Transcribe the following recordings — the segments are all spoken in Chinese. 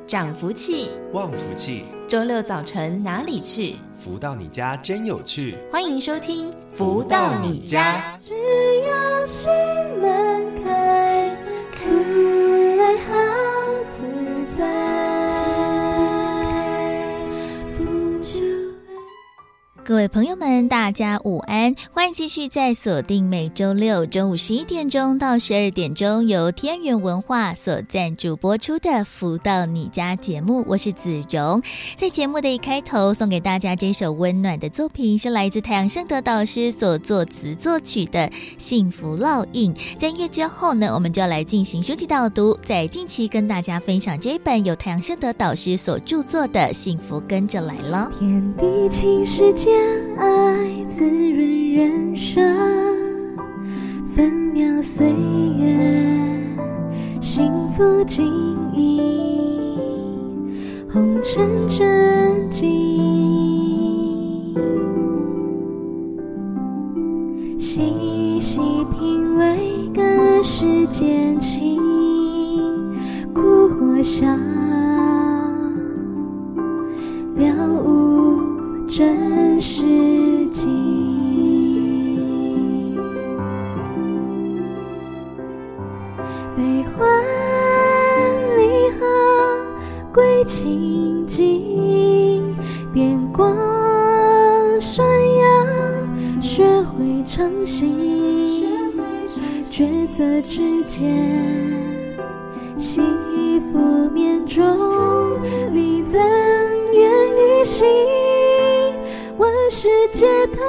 长福气， 旺福气。 周六早晨哪里去？ 福到你家真有趣。 欢迎收听福到你家。 只要心门开，福来好自在，福就来。 各位朋友们，大家午安，欢迎继续在锁定每周六中午11点钟到12点钟由天元文化所赞助播出的福到你家节目，我是子荣。在节目的一开头送给大家这首温暖的作品，是来自太阳圣德导师所作词作曲的幸福烙印。在音乐之后呢，我们就要来进行书籍导读，在近期跟大家分享这一本由太阳圣德导师所著作的幸福跟着来了。 天地情世间，爱滋润人生，分秒岁月，幸福记忆，红尘真迹，细细品味个世间情，苦或笑，了悟真实境，悲欢离合归清净，边光闪耀学会诚信，抉择之间惜福面中礼赠愿与心，万事皆太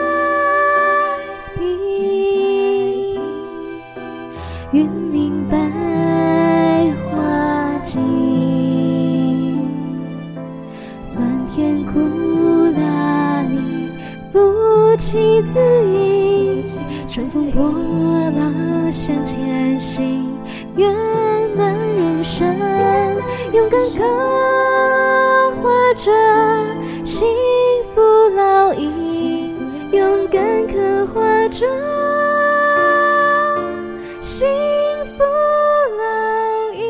平，云林百花尽，酸甜苦辣里夫妻自饮，乘风破浪向前行，圆满人生，勇敢刻画着幸福烙印，勇敢刻画着幸福烙印。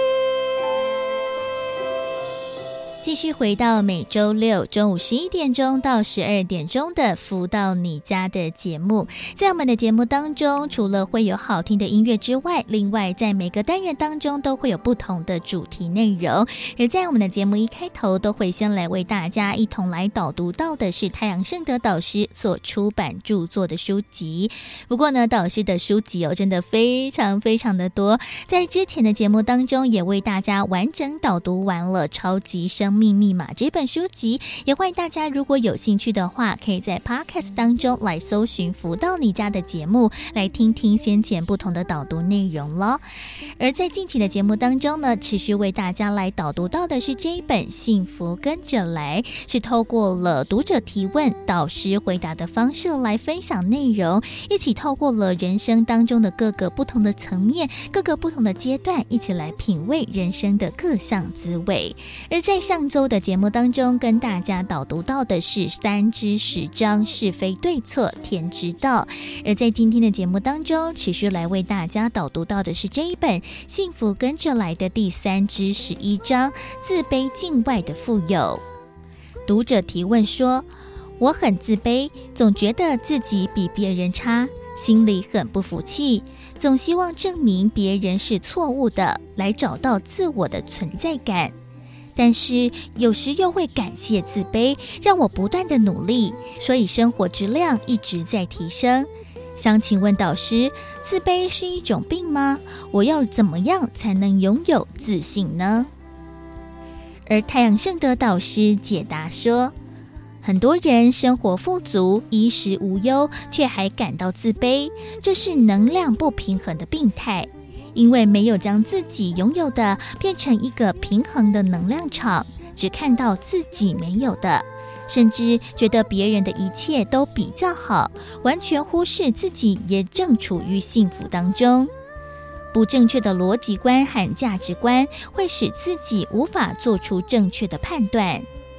继续回到每周六中午11点钟到12点钟的福到你家的节目。在我们的节目当中，除了会有好听的音乐之外，另外在每个单元当中都会有不同的主题内容。而在我们的节目一开头，都会先来为大家一同来导读到的是太阳圣德导师所出版著作的书籍。不过呢，导师的书籍真的非常非常的多，在之前的节目当中也为大家完整导读完了超级生命密码这本书籍，也欢迎大家如果有兴趣的话，可以在 Podcast 当中来搜寻福到你家的节目，来听听先前不同的导读内容了。而在近期的节目当中呢，持续为大家来导读到的是这一本幸福跟着来，是透过了读者提问，导师回答的方式来分享内容，一起透过了人生当中的各个不同的层面，各个不同的阶段，一起来品味人生的各项滋味。而在上周的节目当中，跟大家导读到的是3至10章是非对错天之道，而在今天的节目当中，持续来为大家导读到的是这一本幸福跟着来的第3至11章自卑境外的富有。读者提问说，我很自卑，总觉得自己比别人差，心里很不服气，总希望证明别人是错误的，来找到自我的存在感。但是有时又会感谢自卑，让我不断的努力，所以生活质量一直在提升。想请问导师，自卑是一种病吗？我要怎么样才能拥有自信呢？而太阳圣德导师解答说，很多人生活富足，衣食无忧，却还感到自卑，这是能量不平衡的病态。因为没有将自己拥有的变成一个平衡的能量场，只看到自己没有的，甚至觉得别人的一切都比较好，完全忽视自己也正处于幸福当中。不正确的逻辑观和价值观会使自己无法做出正确的判断。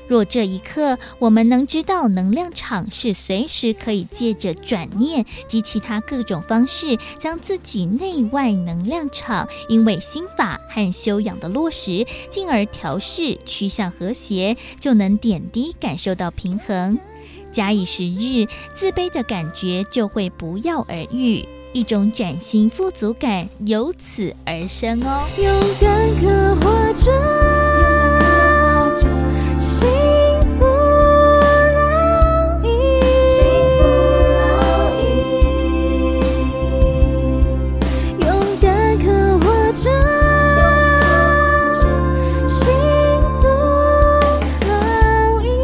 若这一刻我们能知道能量场是随时可以借着转念及其他各种方式，将自己内外能量场因为心法和修养的落实，进而调试趋向和谐，就能点滴感受到平衡。假以时日，自卑的感觉就会不药而愈，一种崭新富足感由此而生哦。 勇敢刻画着幸福烙印，勇敢刻画着幸福烙印。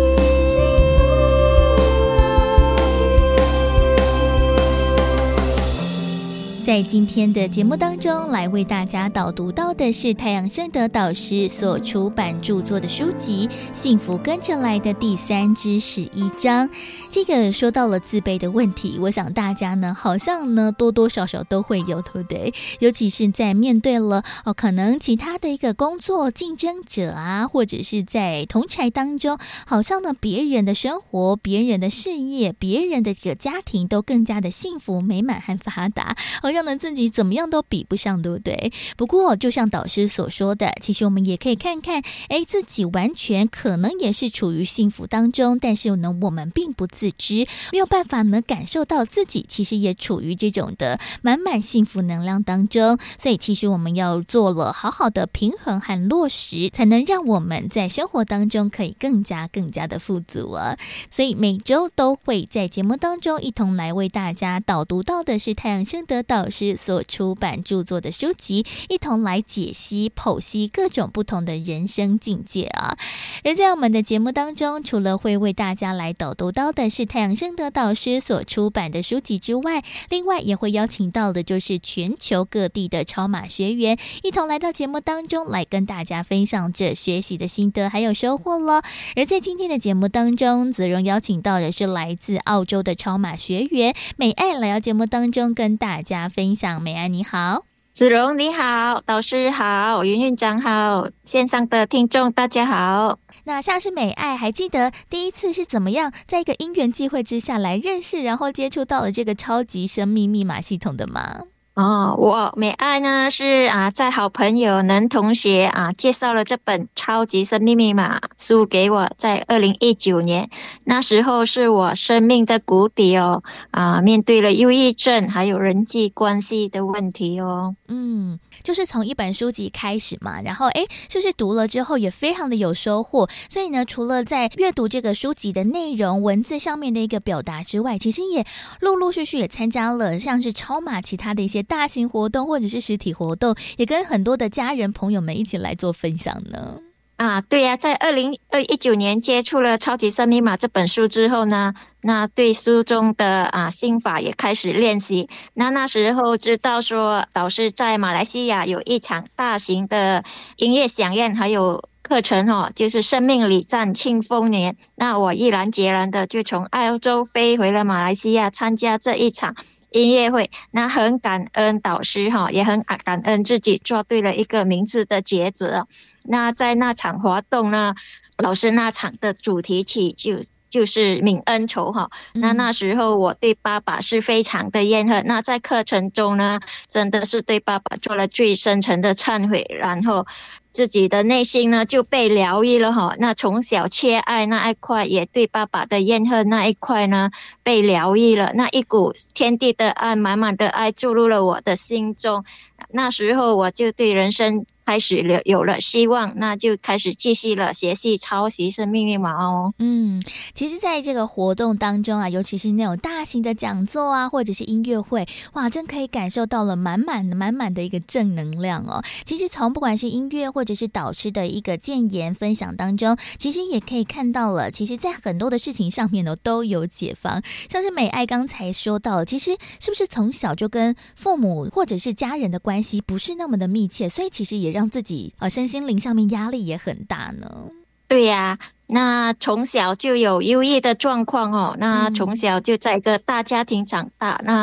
在今天的节目当中，来为大家导读到的是太阳圣德导师所出版著作的书籍《幸福跟着来的》第3至11章。这个说到了自卑的问题，我想大家呢好像呢多多少少都会有，对不对？尤其是在面对了可能其他的一个工作竞争者啊，或者是在同侪当中，好像呢别人的生活、别人的事业、别人的一个家庭都更加的幸福美满和发达，好像呢自己怎么样都比不上，对不对？不过就像导师所说的，其实我们也可以看看自己完全可能也是处于幸福当中，但是呢我们并不自知，没有办法呢感受到自己其实也处于这种的满满幸福能量当中。所以其实我们要做了好好的平衡和落实，才能让我们在生活当中可以更加的富足啊。所以每周都会在节目当中一同来为大家导读到的是太阳圣德导师所出版著作的书籍，一同来解析剖析各种不同的人生境界啊。而在我们的节目当中，除了会为大家来导读到的是太阳圣德导师所出版的书籍之外，另外也会邀请到的就是全球各地的超马学员，一同来到节目当中来跟大家分享这学习的心得还有收获咯。而在今天的节目当中，子荣邀请到的是来自澳洲的超马学员美爱来到节目当中跟大家分享。美爱你好。 子荣你好，导师好，云云长好，线上的听众大家好。 那像是美爱，还记得第一次是怎么样在一个因缘际会之下来认识，然后接触到了这个超级生命密码系统的吗？ 我美爱呢是在好朋友能同学介绍了这本超级生命密码书给我，在2019年，那时候是我生命的谷底面对了忧郁症还有人际关系的问题就是从一本书籍开始嘛，然后就是读了之后也非常的有收获，所以呢除了在阅读这个书籍的内容文字上面的一个表达之外，其实也陆陆续续也参加了像是超马其他的一些大型活动或者是实体活动，也跟很多的家人朋友们一起来做分享呢。 对呀，在2019年接触了超级生命密码这本书之后呢，那对书中的心法也开始练习。那时候知道说导师在马来西亚有一场大型的音乐响宴还有课程就是生命礼赞庆丰年，那我毅然决然的就从澳洲飞回了马来西亚参加这一场音乐会。那很感恩导师也很感恩自己做对了一个明智的抉择。那在那场活动呢，老师那场的主题曲就是泯恩仇那时候我对爸爸是非常的怨恨，那在课程中呢，真的是对爸爸做了最深沉的忏悔，然后自己的内心呢就被疗愈了那从小缺爱那一块，也对爸爸的怨恨那一块呢被疗愈了，那一股天地的爱，满满的爱注入了我的心中。那时候我就对人生开始有了希望，那就开始继续了学习超级生命密码其实在这个活动当中尤其是那种大型的讲座或者是音乐会，哇，真可以感受到了满满的一个正能量其实从不管是音乐或者是导师的一个建言分享当中，其实也可以看到了，其实在很多的事情上面都有解放。像是美爱刚才说到，其实是不是从小就跟父母或者是家人的关系不是那么的密切，所以其实也让自己身心灵上面压力也很大呢？ 对呀，那从小就有忧郁的状况那从小就在一个大家庭长大，那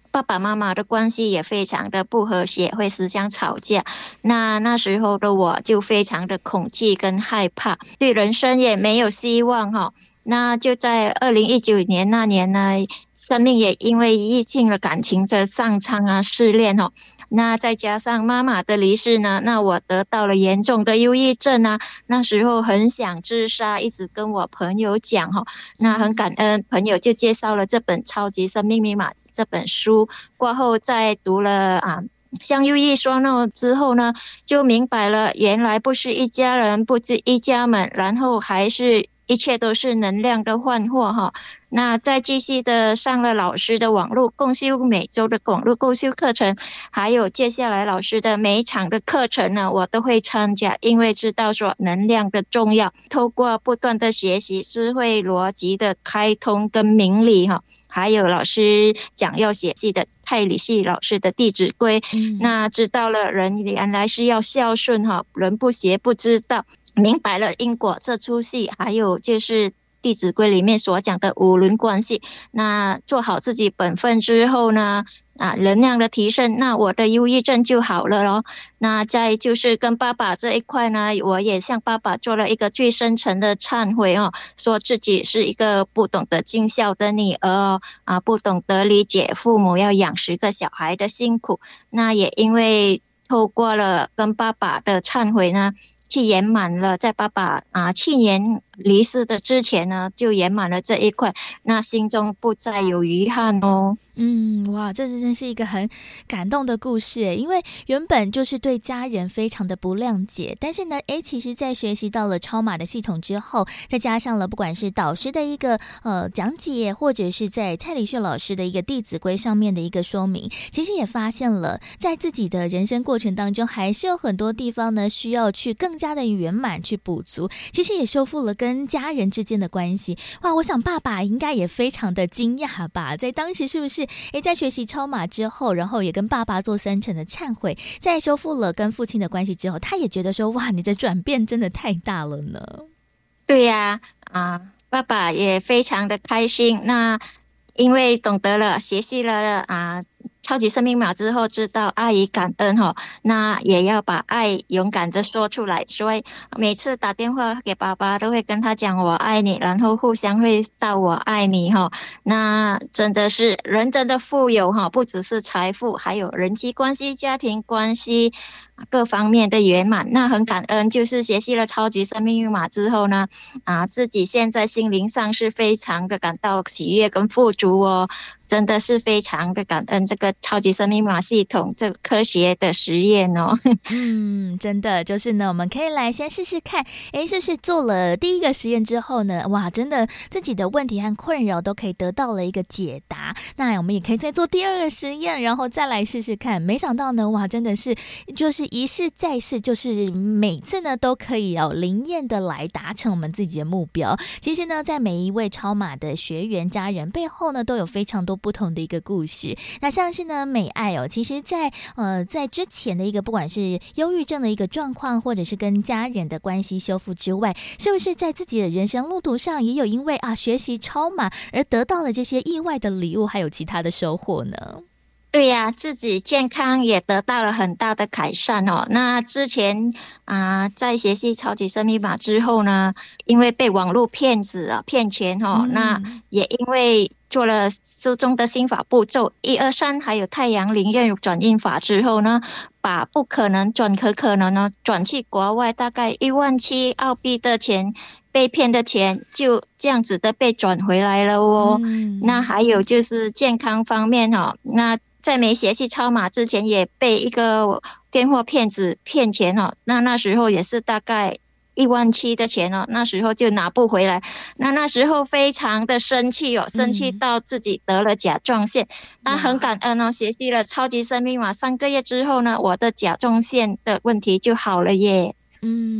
爸爸妈妈的关系也非常的不和谐，会时常吵架。那时候的我就非常的恐惧跟害怕，对人生也没有希望哈。那就在2019年那年呢，生命也因为疫情的感情的上苍啊试炼哦。那再加上妈妈的离世呢，那我得到了严重的忧郁症啊。那时候很想自杀，一直跟我朋友讲哈。那很感恩朋友就介绍了这本《超级生命密码》这本书，过后再读了像忧郁说那之后呢，就明白了原来不是一家人，不是一家门，然后还是一切都是能量的幻化哈。那再继续的上了老师的网络共修，每周的网络共修课程，还有接下来老师的每一场的课程呢，我都会参加，因为知道说能量的重要，透过不断的学习智慧逻辑的开通跟明理哈。还有老师讲要写戏的泰理系老师的弟子规，那知道了人原来是要孝顺哈，人不学不知道，明白了因果这出戏，还有就是弟子规里面所讲的五伦关系。那做好自己本分之后呢，能量的提升，那我的忧郁症就好了咯。那再就是跟爸爸这一块呢，我也向爸爸做了一个最深层的忏悔哦，说自己是一个不懂得尽孝的女儿哦，不懂得理解父母要养10个小孩的辛苦。那也因为透过了跟爸爸的忏悔呢，去圆满了在爸爸去年离世的之前呢，就圆满了这一块，那心中不再有遗憾哦。 哇，这真是一个很感动的故事耶，因为原本就是对家人非常的不谅解，但是呢，其实在学习到了超码的系统之后，再加上了不管是导师的一个讲解，或者是在蔡礼旭老师的一个弟子规上面的一个说明，其实也发现了在自己的人生过程当中，还是有很多地方呢需要去更加的圆满去补足，其实也修复了跟家人之间的关系。哇，我想爸爸应该也非常的惊讶吧，在当时是不是在学习超码之后，然后也跟爸爸做深层的忏悔，在修复了跟父亲的关系之后，他也觉得说哇，你的转变真的太大了呢。 对呀，爸爸也非常的开心。那因为懂得了学习了超级生命码之后，知道爱与感恩那也要把爱勇敢的说出来。所以每次打电话给爸爸都会跟他讲我爱你，然后互相会道我爱你那真的是人真的富有不只是财富，还有人际关系、家庭关系各方面的圆满。那很感恩，就是学习了超级生命密码之后呢，自己现在心灵上是非常的感到喜悦跟富足哦。真的是非常的感恩这个超级生命密码系统这个科学的实验哦。 真的就是呢，我们可以来先试试看，是不是做了第一个实验之后呢，哇，真的自己的问题和困扰都可以得到了一个解答。那我们也可以再做第二个实验，然后再来试试看。没想到呢，哇，真的是就是一试再试，就是每次呢都可以灵验的来达成我们自己的目标。其实呢，在每一位超码的学员家人背后呢，都有非常多不同的一个故事。那像是呢美爱其实在之前的一个不管是忧郁症的一个状况，或者是跟家人的关系修复之外，是不是在自己的人生路途上也有因为学习超码而得到了这些意外的礼物，还有其他的收获呢？ 对呀，自己健康也得到了很大的改善哦。那之前在学习超级生命码之后呢，因为被网络骗子骗钱那也因为做了书中的心法步骤123，还有太阳灵验转运法之后呢，把不可能转可能呢转去国外，大概17000澳币的钱，被骗的钱就这样子的被转回来了哦。那还有就是健康方面那在没学习超码之前也被一个电话骗子骗钱那时候也是大概17000的钱那时候就拿不回来。那时候非常的生气生气到自己得了甲状腺。那很感恩学习了超级生命码3个月之后呢，我的甲状腺的问题就好了耶。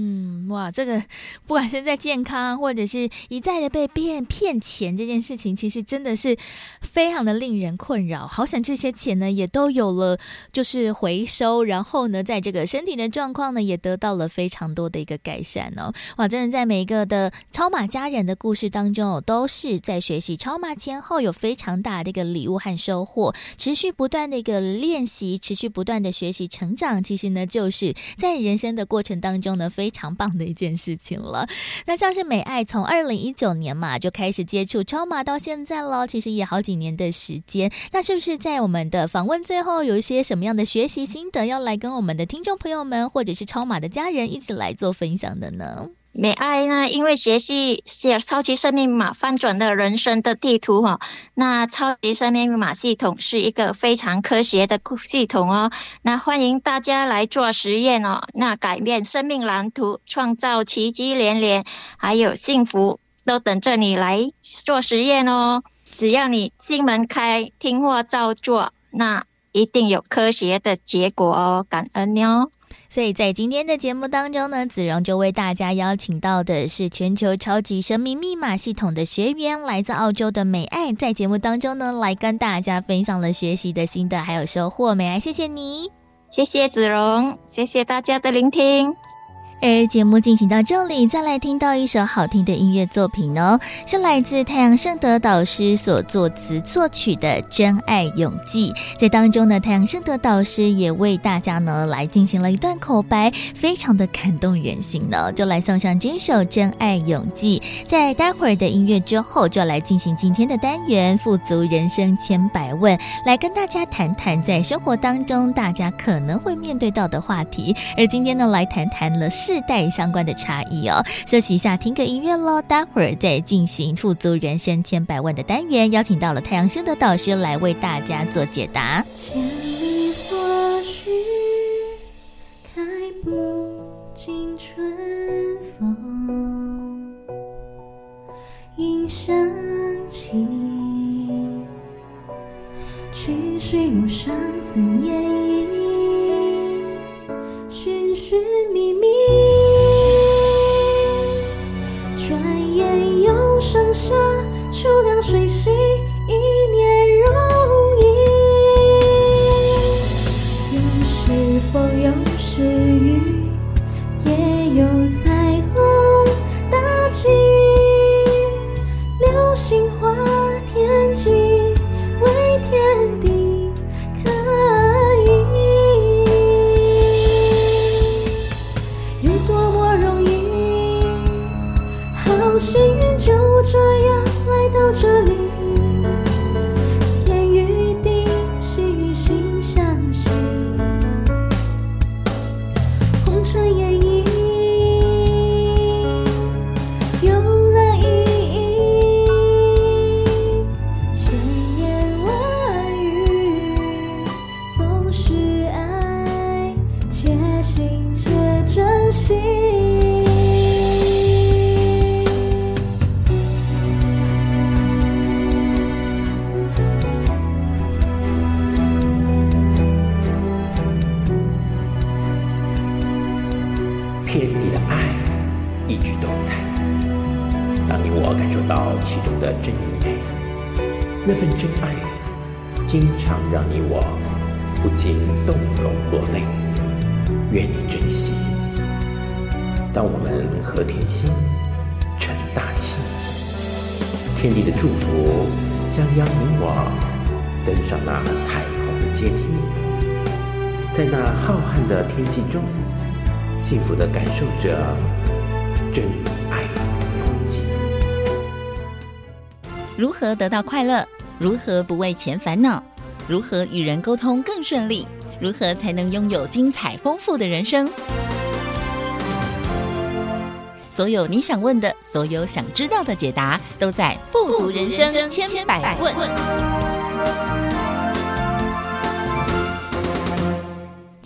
哇，这个不管是在健康或者是一再的被骗钱这件事情，其实真的是非常的令人困扰。好想这些钱呢也都有了就是回收，然后呢在这个身体的状况呢也得到了非常多的一个改善哦。哇，真的在每一个的超马家人的故事当中哦，都是在学习超马前后有非常大的一个礼物和收获，持续不断的一个练习，持续不断的学习成长，其实呢就是在人生的过程当中呢非常棒的一件事情了。那像是美爱从2019年嘛就开始接触超马到现在了，其实也好几年的时间。那是不是在我们的访问最后有一些什么样的学习心得要来跟我们的听众朋友们或者是超马的家人一起来做分享的呢？ 美爱呢，因为学习写超级生命密码翻转了人生的地图那超级生命密码系统是一个非常科学的系统那欢迎大家来做实验那改变生命蓝图，创造奇迹连连，还有幸福都等着你来做实验只要你心门开，听话照做，那一定有科学的结果感恩你所以在今天的节目当中呢，子荣就为大家邀请到的是全球超级生命密码系统的学员，来自澳洲的美爱，在节目当中呢来跟大家分享了学习的心得还有收获。美爱，谢谢你。 谢谢子荣，谢谢大家的聆听。 而节目进行到这里，再来听到一首好听的音乐作品是来自太阳圣德导师所作词作曲的《真爱永记》。在当中呢，太阳圣德导师也为大家呢来进行了一段口白，非常的感动人心就来送上这首《真爱永记》。在待会儿的音乐之后，就来进行今天的单元富足人生千百问，来跟大家谈谈在生活当中大家可能会面对到的话题。而今天呢，来谈谈了世代相关的差异休息一下，听个音乐咯，待会儿再进行富足人生千百万的单元，邀请到了太阳圣德导师来为大家做解答。 千里或许开不尽春风，迎香起去水路上怎演绎，寻寻觅觅，转眼又剩下秋凉水洗，一年容易。有时风，有时雨，也有彩虹大气，流星花天际，为天地可以。有多么容易，好幸运就这样来到这里，天与地，心与心相惜，红尘演绎有了意义，千言万语总是爱，且行且珍惜。 天地的爱一直都在，当你我感受到其中的真与美，那份真爱经常让你我不禁动容落泪，愿你珍惜。当我们和天心成大气，天地的祝福将邀你我登上那彩虹的阶梯，在那浩瀚的天际中幸福地感受着真爱永记。 如何得到快乐？如何不为钱烦恼？如何与人沟通更顺利？如何才能拥有精彩丰富的人生？所有你想问的，所有想知道的解答，都在富足人生千百问。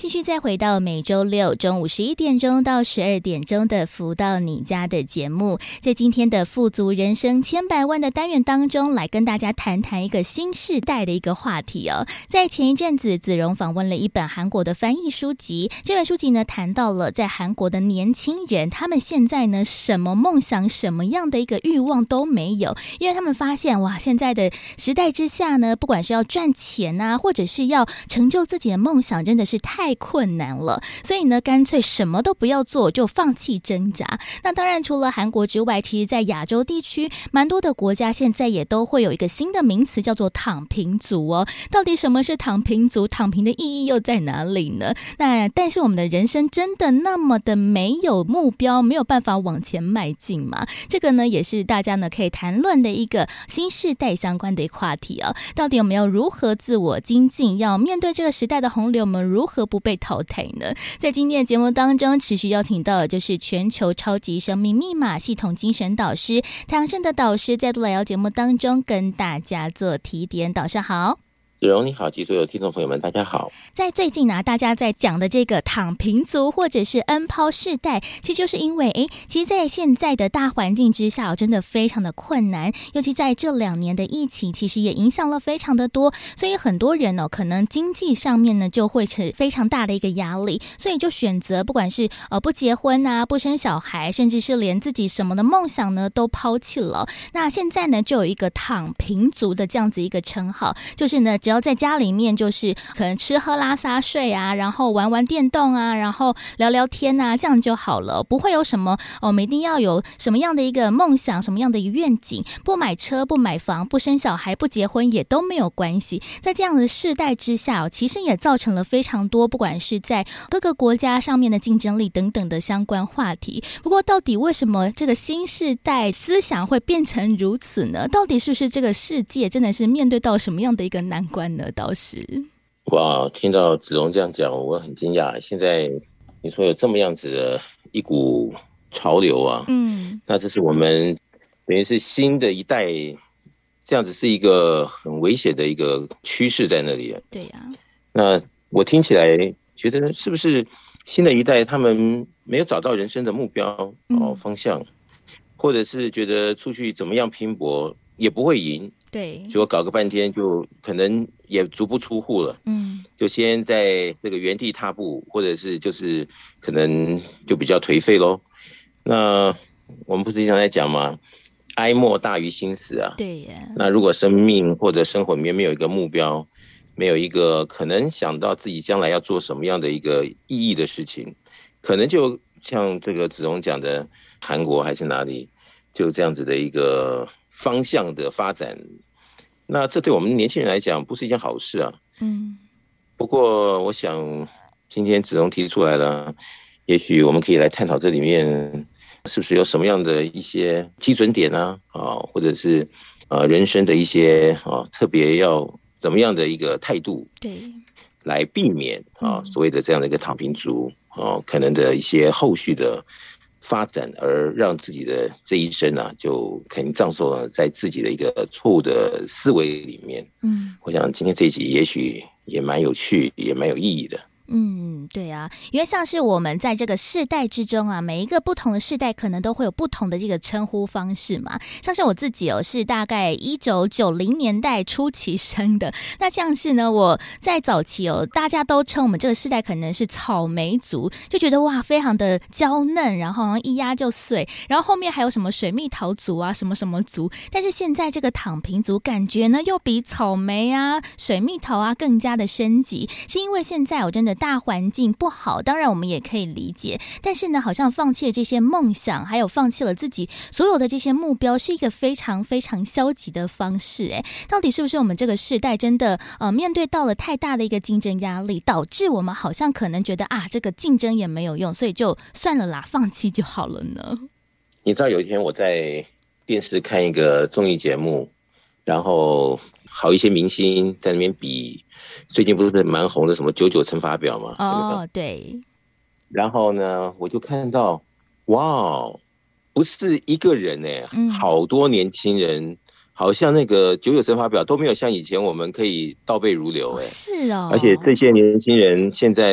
继续再回到每周六中午11点钟到12点钟的福到你家的节目，在今天的富足人生千百万的单元当中，来跟大家谈谈一个新世代的一个话题哦。在前一阵子，子荣访问了一本韩国的翻译书籍，这本书籍呢谈到了在韩国的年轻人，他们现在呢什么梦想、什么样的一个欲望都没有，因为他们发现哇，现在的时代之下呢，不管是要赚钱啊，或者是要成就自己的梦想，真的是太困难了，所以呢干脆什么都不要做，就放弃挣扎。那当然除了韩国之外，其实在亚洲地区蛮多的国家现在也都会有一个新的名词叫做躺平族哦。到底什么是躺平族？躺平的意义又在哪里呢？那但是我们的人生真的那么的没有目标，没有办法往前迈进吗？这个呢也是大家呢可以谈论的一个新世代相关的一个话题哦。到底我们要如何自我精进？要面对这个时代的洪流，我们如何不被淘汰呢？在今天的节目当中，持续邀请到的就是全球超级生命密码系统精神导师太阳盛的导师，再度来到节目当中跟大家做提点。导师好。 子荣你好，及所有听众朋友们大家好。 在最近呢，大家在讲的这个躺平族或者是恩抛世代，其实就是因为其实在现在的大环境之下真的非常的困难，尤其在这2年的疫情其实也影响了非常的多，所以很多人可能经济上面呢就会是非常大的一个压力，所以就选择不管是不结婚啊，不生小孩，甚至是连自己什么的梦想呢都抛弃了。那现在呢就有一个躺平族的这样子一个称号，就是呢只要在家里面就是可能吃喝拉撒睡啊，然后玩玩电动啊，然后聊聊天啊，这样就好了，不会有什么我们一定要有什么样的一个梦想，什么样的一个愿景，不买车不买房不生小孩不结婚也都没有关系。在这样的世代之下其实也造成了非常多不管是在各个国家上面的竞争力等等的相关话题。不过到底为什么这个新世代思想会变成如此呢？到底是不是这个世界真的是面对到什么样的一个难关呢？导师， 哇，听到子荣这样讲我很惊讶，现在你说有这么样子的一股潮流啊，那这是我们等于是新的一代，这样子是一个很危险的一个趋势在那里。 对呀， 那我听起来觉得是不是新的一代他们没有找到人生的目标方向，或者是觉得出去怎么样拼搏也不会赢，对，就搞个半天就可能也足不出户了，就先在这个原地踏步，或者是就是可能就比较颓废咯。那我们不是经常在讲吗？哀莫大于心死啊。对耶。那如果生命或者生活里面没有一个目标，没有一个可能想到自己将来要做什么样的一个意义的事情，可能就像这个子荣讲的，韩国还是哪里，就这样子的一个方向的发展。那这对我们年轻人来讲不是一件好事啊。不过我想今天子荣提出来了，也许我们可以来探讨这里面是不是有什么样的一些基准点啊，或者是人生的一些特别要怎么样的一个态度，对，来避免所谓的这样的一个躺平族可能的一些后续的发展，而让自己的这一生啊就肯定葬送了在自己的一个错误的思维里面。我想今天这一集也许也蛮有趣，也蛮有意义的。 对啊，因为像是我们在这个世代之中啊，每一个不同的世代可能都会有不同的这个称呼方式嘛。像是我自己是大概1990年代初期生的，那像是呢我在早期大家都称我们这个世代可能是草莓族，就觉得哇非常的娇嫩，然后好像一压就碎，然后后面还有什么水蜜桃族啊什么什么族，但是现在这个躺平族感觉呢又比草莓啊水蜜桃啊更加的升级，是因为现在我真的大环境不好，当然我们也可以理解，但是呢好像放弃了这些梦想，还有放弃了自己所有的这些目标，是一个非常非常消极的方式。到底是不是我们这个世代真的面对到了太大的一个竞争压力，导致我们好像可能觉得这个竞争也没有用，所以就算了啦，放弃就好了呢？ 你知道有一天我在电视看一个综艺节目，然后好一些明星在那边比最近不是蛮红的什么99乘法表吗？ 对。 然后呢我就看到哇，不是一个人好多年轻人好像那个99乘法表都没有像以前我们可以倒背如流。是哦。而且这些年轻人现在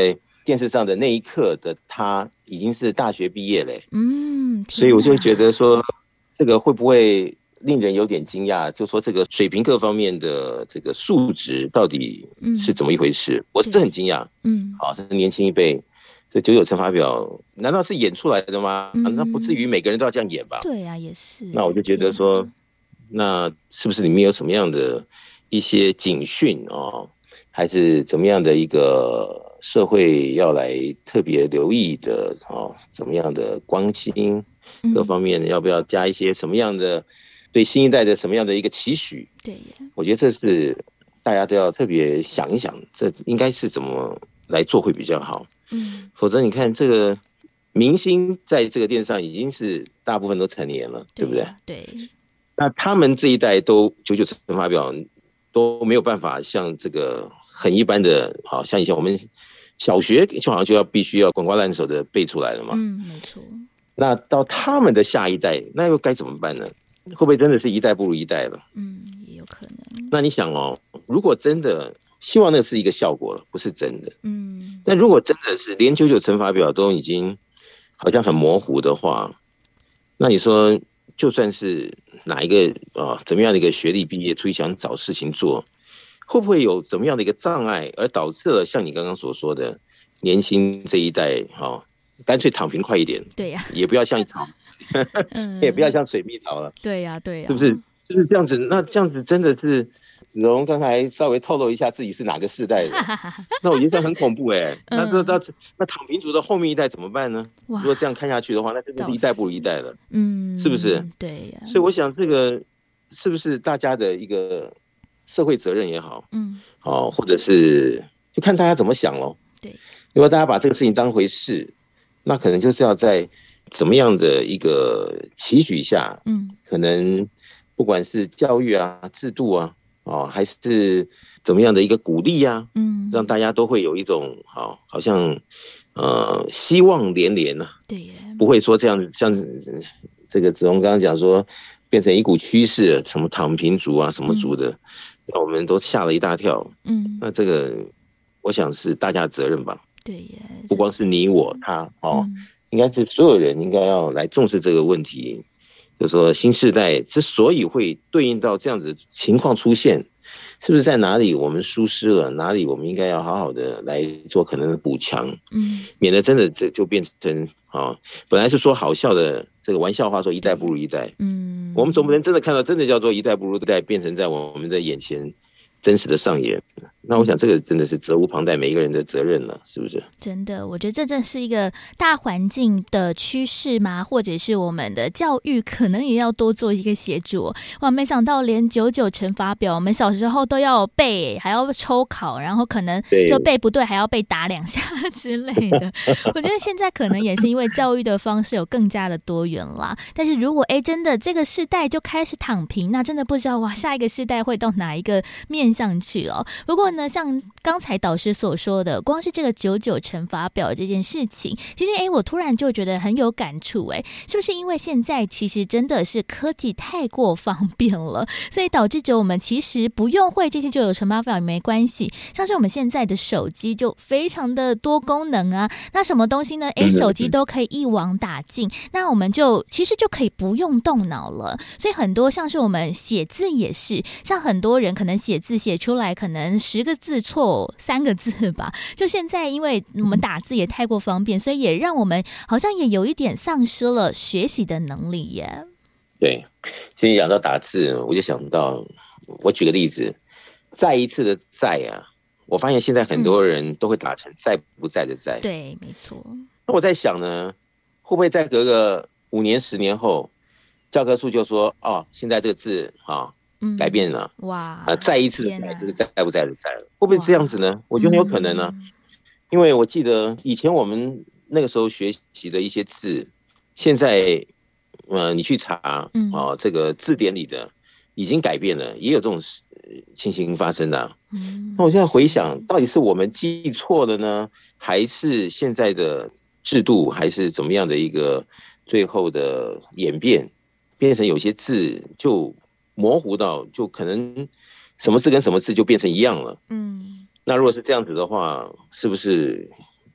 电视上的那一刻的他已经是大学毕业嘞， 所所以我就觉得说，这个会不会令人有点惊讶？就说这个水平各方面的这个数值到底是怎么一回事？我是很惊讶。好，这年轻一辈，这99乘法表难道是演出来的吗？那不至于每个人都要这样演吧？ 对啊，也是。 那我就觉得说，那是不是里面有什么样的一些警讯啊？还是怎么样的一个社会要来特别留意的啊？怎么样的关心各方面要不要加一些什么样的对新一代的什么样的一个期许？ 对， 我觉得这是大家都要特别想一想，这应该是怎么来做会比较好。否则你看这个明星在这个电视上已经是大部分都成年了，对不对？对。那他们这一代都99乘法表都没有办法像这个很一般的，好像以前我们小学就好像就要必须要滚瓜烂熟的背出来了嘛。 没错。那到他们的下一代，那又该怎么办呢？会不会真的是一代不如一代了？ 也有可能。 那你想哦，如果真的希望那是一个效果，不是真的。但如果真的是连99乘法表都已经好像很模糊的话，那你说就算是哪一个怎么样的一个学历毕业出去想找事情做，会不会有怎么样的一个障碍，而导致了像你刚刚所说的年轻这一代干脆躺平快一点， 对呀， 也不要像也不要像水蜜桃了， 对呀，对呀， 是不是这样子？那这样子真的是子荣刚才稍微透露一下自己是哪个世代的，那我觉得这很恐怖那躺平族的后面一代怎么办呢？如果这样看下去的话，那真的是一代不如一代了，是不是？ 对呀。所以我想这个是不是大家的一个社会责任也好，或者是就看大家怎么想咯。对，如果大家把这个事情当回事，那可能就是要在怎么样的一个期许下，可能不管是教育啊、制度啊，还是怎么样的一个鼓励啊，让大家都会有一种好像希望连连啊，对，不会说这样像这个子荣刚刚讲说变成一股趋势，什么躺平族啊、什么族的，让我们都吓了一大跳。那这个我想是大家的责任吧。对耶，不光是你我他应该是所有人应该要来重视这个问题。就是说新世代之所以会对应到这样子情况出现，是不是在哪里我们疏失了，哪里我们应该要好好的来做可能的补强，免得真的这就变成本来是说好笑的这个玩笑话，说一代不如一代，我们总不能真的看到真的叫做一代不如一代变成在我们的眼前真实的上演。那我想这个真的是责无旁贷，每一个人的责任了，是不是？ 真的，我觉得这正是一个大环境的趋势嘛，或者是我们的教育可能也要多做一个协助。哇，没想到连99乘法表我们小时候都要背，还要抽考，然后可能就背不对还要被打2下之类的。我觉得现在可能也是因为教育的方式有更加的多元啦。但是如果真的这个世代就开始躺平，那真的不知道哇下一个世代会到哪一个面向去哦。不过呢，像刚才导师所说的，光是这个99乘法表这件事情，其实我突然就觉得很有感触是不是因为现在其实真的是科技太过方便了，所以导致着我们其实不用会这些99乘法表也没关系。像是我们现在的手机就非常的多功能啊，那什么东西呢手机都可以一网打尽，那我们就其实就可以不用动脑了。所以很多像是我们写字也是，像很多人可能写字写出来可能10个字错3个字吧，就现在因为我们打字也太过方便，所以也让我们好像也有一点丧失了学习的能力耶。 对，其实讲到打字，我就想到，我举个例子，再一次的再啊，我发现现在很多人都会打成在不在的在。 对，没错。 那我在想呢，会不会再隔个5年10年后，教科书就说现在这个字改变了，哇！再一次的在就是在不在的在了，会不会这样子呢？我觉得很有可能呢，因为我记得以前我们那个时候学习的一些字，现在你去查这个字典里的已经改变了，也有这种情形发生的。那我现在回想，到底是我们记错了呢，还是现在的制度，还是怎么样的一个最后的演变，变成有些字就模糊到就可能什么字跟什么字就变成一样了。那如果是这样子的话，是不是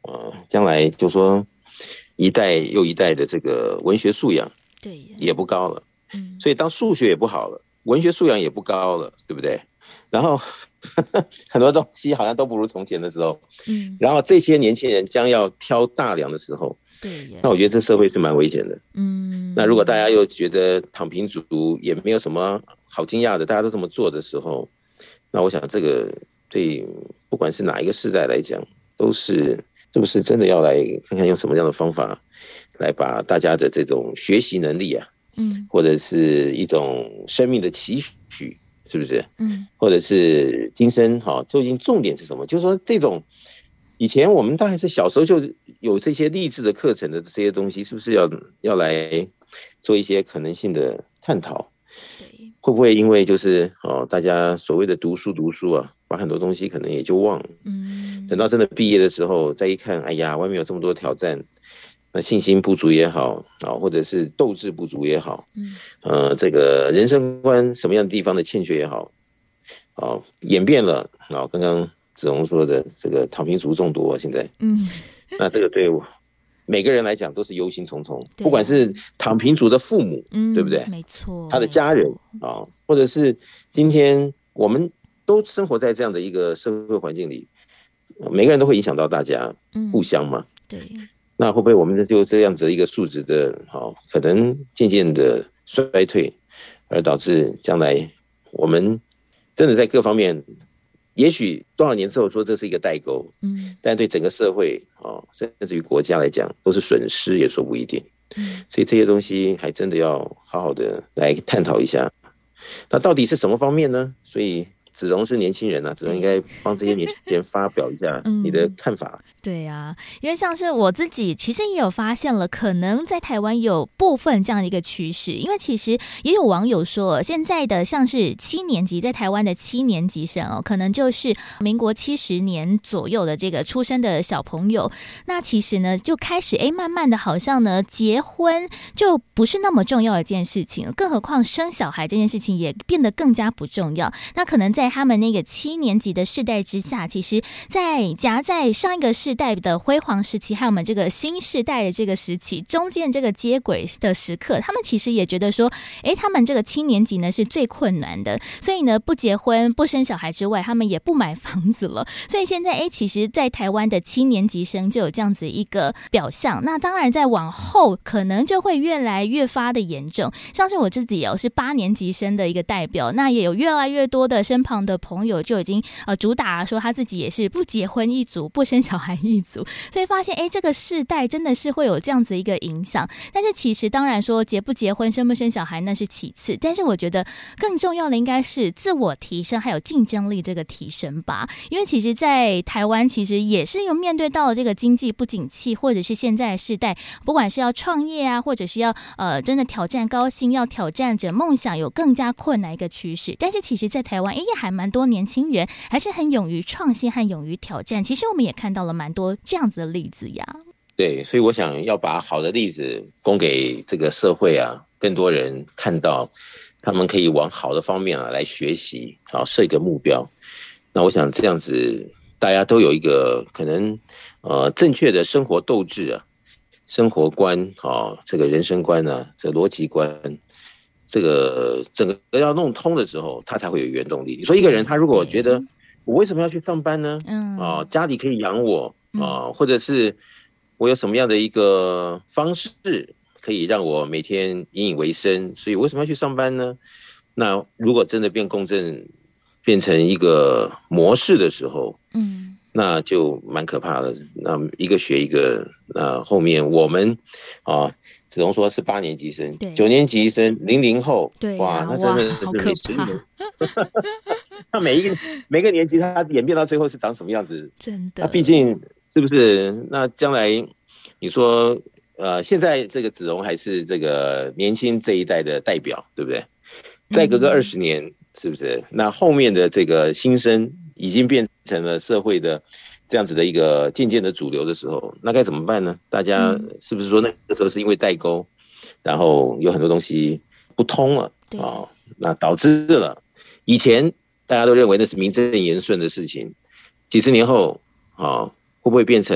将来就说一代又一代的这个文学素养也不高了，所以当数学也不好了，文学素养也不高了，对不对？然后很多东西好像都不如从前的时候，然后这些年轻人将要挑大梁的时候，那我觉得这社会是蛮危险的。那如果大家又觉得躺平族也没有什么好惊讶的，大家都这么做的时候，那我想这个对不管是哪一个世代来讲，都是不是真的要来看看用什么样的方法来把大家的这种学习能力啊，或者是一种生命的期许，是不是？或者是今生究竟重点是什么？就是说这种以前我们大概是小时候就有这些励志的课程的这些东西，是不是要来做一些可能性的探讨？会不会因为就是大家所谓的读书啊，把很多东西可能也就忘了。等到真的毕业的时候再一看，哎呀，外面有这么多挑战，那信心不足也好或者是斗志不足也好，这个人生观什么样的地方的欠缺也好，演变了刚刚子龙说的这个躺平族众多现在，那这个对我每个人来讲都是忧心忡忡，不管是躺平族的父母，对不对？ 没错， 他的家人或者是今天我们都生活在这样的一个社会环境里，每个人都会影响到大家，互相嘛。 对。 那会不会我们就这样子一个素质的可能渐渐的衰退，而导致将来我们真的在各方面，也许多少年之后说这是一个代沟，但对整个社会甚至于国家来讲都是损失也说不一定。所以这些东西还真的要好好的来探讨一下。那到底是什么方面呢？所以子龙是年轻人子龙应该帮这些年轻人发表一下你的看法。 对啊，因为像是我自己其实也有发现了，可能在台湾有部分这样的一个趋势，因为其实也有网友说，现在的像是7年级，在台湾的7年级生可能就是民国70年左右的这个出生的小朋友，那其实呢就开始慢慢的好像呢结婚就不是那么重要的一件事情，更何况生小孩这件事情也变得更加不重要。那可能在他们那个7年级的世代之下，其实在夹在上一个世代的辉煌时期还有我们这个新世代的这个时期中间这个接轨的时刻，他们其实也觉得说他们这个7年级呢是最困难的，所以呢不结婚不生小孩之外，他们也不买房子了。所以现在其实在台湾的7年级生就有这样子一个表象，那当然在往后可能就会越来越发的严重。像是我自己是8年级生的一个代表，那也有越来越多的身旁的朋友就已经主打说他自己也是不结婚一族不生小孩一族，所以发现这个世代真的是会有这样子一个影响。但是其实当然说结不结婚生不生小孩那是其次，但是我觉得更重要的应该是自我提升还有竞争力这个提升吧。因为其实在台湾其实也是有面对到了这个经济不景气，或者是现在的世代不管是要创业啊，或者是要真的挑战高薪，要挑战着梦想，有更加困难一个趋势。但是其实在台湾也还蛮多年轻人还是很勇于创新和勇于挑战，其实我们也看到了蛮多这样子的例子呀。 对，所以我想要把好的例子供给这个社会更多人看到，他们可以往好的方面来学习，设一个目标。那我想这样子大家都有一个可能正确的生活斗志生活观这个人生观这个逻辑观，这个整个要弄通的时候，他才会有原动力。你说一个人他如果觉得我为什么要去上班呢？家里可以养我或者是我有什么样的一个方式可以让我每天引以为生，所以为什么要去上班呢？那如果真的变共振变成一个模式的时候，那就蛮可怕的。那一个学一个，那后面我们子龙说是8年级生，9年级生00后，哇，那真的是每10年那每个年级它演变到最后是长什么样子？ 真的， 那毕竟是不是？那将来你说现在这个子龙还是这个年轻这一代的代表，对不对？再隔个20年，是不是？那后面的这个新生已经变成了社会的这样子的一个渐渐的主流的时候，那该怎么办呢？大家是不是说那个时候是因为代沟，然后有很多东西不通了那导致了以前大家都认为那是名正言顺的事情，几十年后会不会变成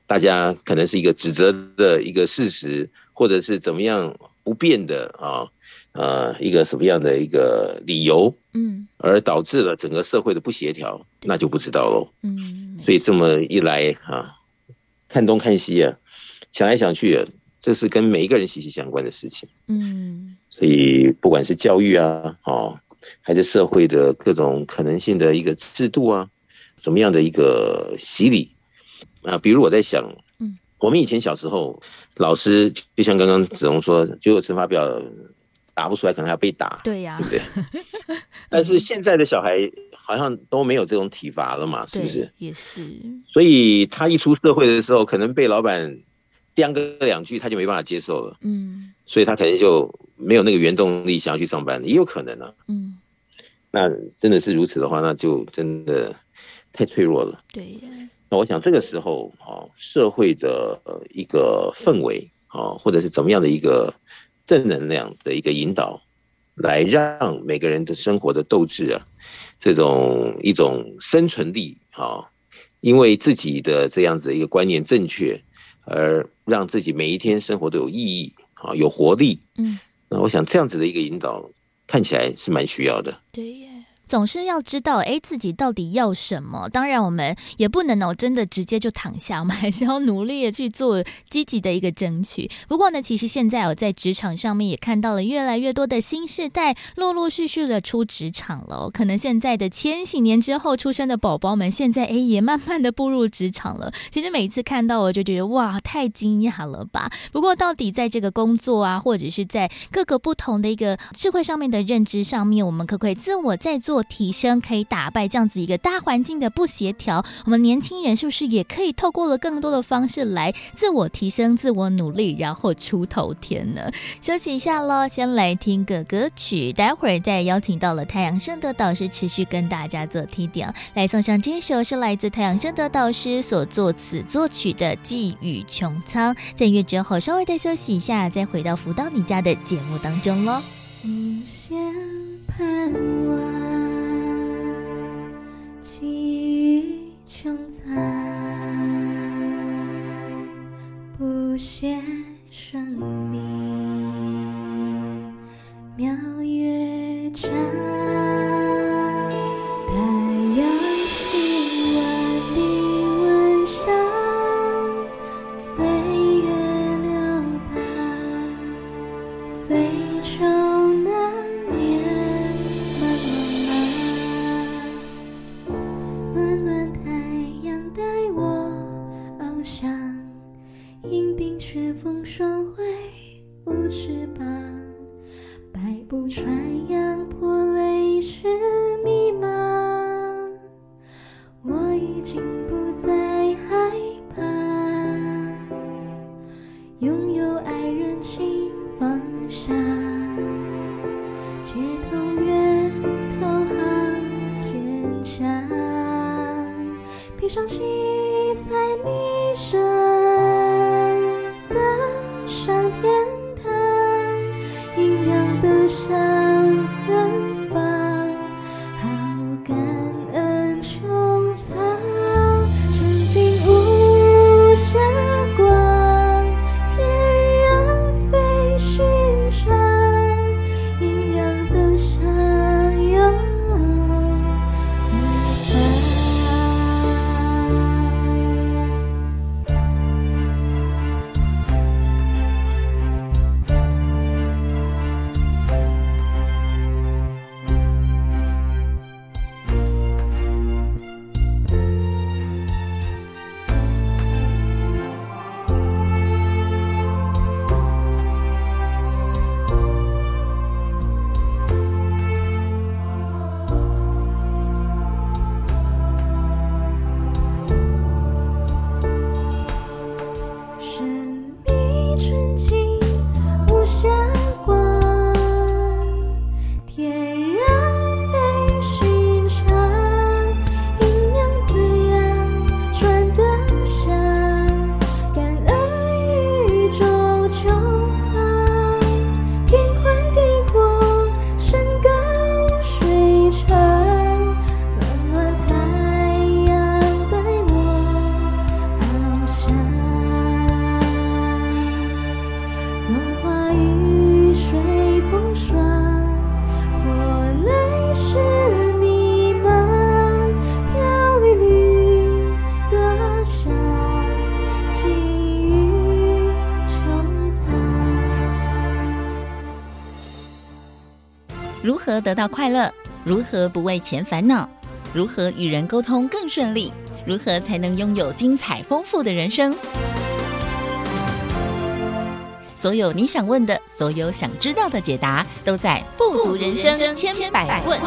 大家可能是一个指责的一个事实，或者是怎么样不变的一个什么样的一个理由，而导致了整个社会的不协调，那就不知道喽。所以这么一来看东看西想来想去这是跟每一个人息息相关的事情。所以不管是教育还是社会的各种可能性的一个制度什么样的一个洗礼比如我在想，我们以前小时候老师就像刚刚子荣说，就有乘法表答不出来可能还要被打， 对呀， 对不对？但是现在的小孩好像都没有这种体罚了嘛，是不是？ 也是。 所以他一出社会的时候，可能被老板刁个2句，他就没办法接受了。所以他可能就没有那个原动力想要去上班，也有可能那真的是如此的话，那就真的太脆弱了。 对呀。 那我想这个时候社会的一个氛围或者是怎么样的一个正能量的一个引导，来让每个人的生活的斗志这种一种生存力因为自己的这样子一个观念正确，而让自己每一天生活都有意义有活力。那我想这样子的一个引导看起来是蛮需要的。 对耶，总是要知道自己到底要什么。当然我们也不能真的直接就躺下，我们还是要努力的去做积极的一个争取。不过呢，其实现在在职场上面也看到了越来越多的新世代陆陆续续的出职场了。可能现在的千禧年之后出生的宝宝们，现在也慢慢的步入职场了。其实每一次看到我就觉得哇，太惊讶了吧。不过到底在这个工作或者是在各个不同的一个智慧上面的认知上面，我们可不可以自我再做提升，可以打败这样子一个大环境的不协调？我们年轻人是不是也可以透过了更多的方式来自我提升、自我努力，然后出头天呢？休息一下咯，先来听个歌曲，待会儿再邀请到了太阳圣德导师持续跟大家做提点，来送上这首是来自太阳圣德导师所作词作曲的《寄予穹苍》。在音乐之后稍微的休息一下，再回到福到你家的节目当中咯。 无限盼望，寄予穹苍，不懈生命，妙乐章。太阳起万里蚊香，岁月流淌，最愁难眠。暖暖太阳带我翱翔，迎冰雪风霜挥舞翅膀，百步穿杨破泪时迷茫，我已经不再害怕，拥有爱人轻放下，街头月投行坚强，闭上七彩霓裳，登上天堂，阴阳的相芬芳，好感恩穹苍，纯净无瑕光，天然非寻常，阴阳的相拥芬芳。 如何得到快乐？如何不为钱烦恼？如何与人沟通更顺利？如何才能拥有精彩丰富的人生？所有你想问的，所有想知道的解答，都在不足人生千百问。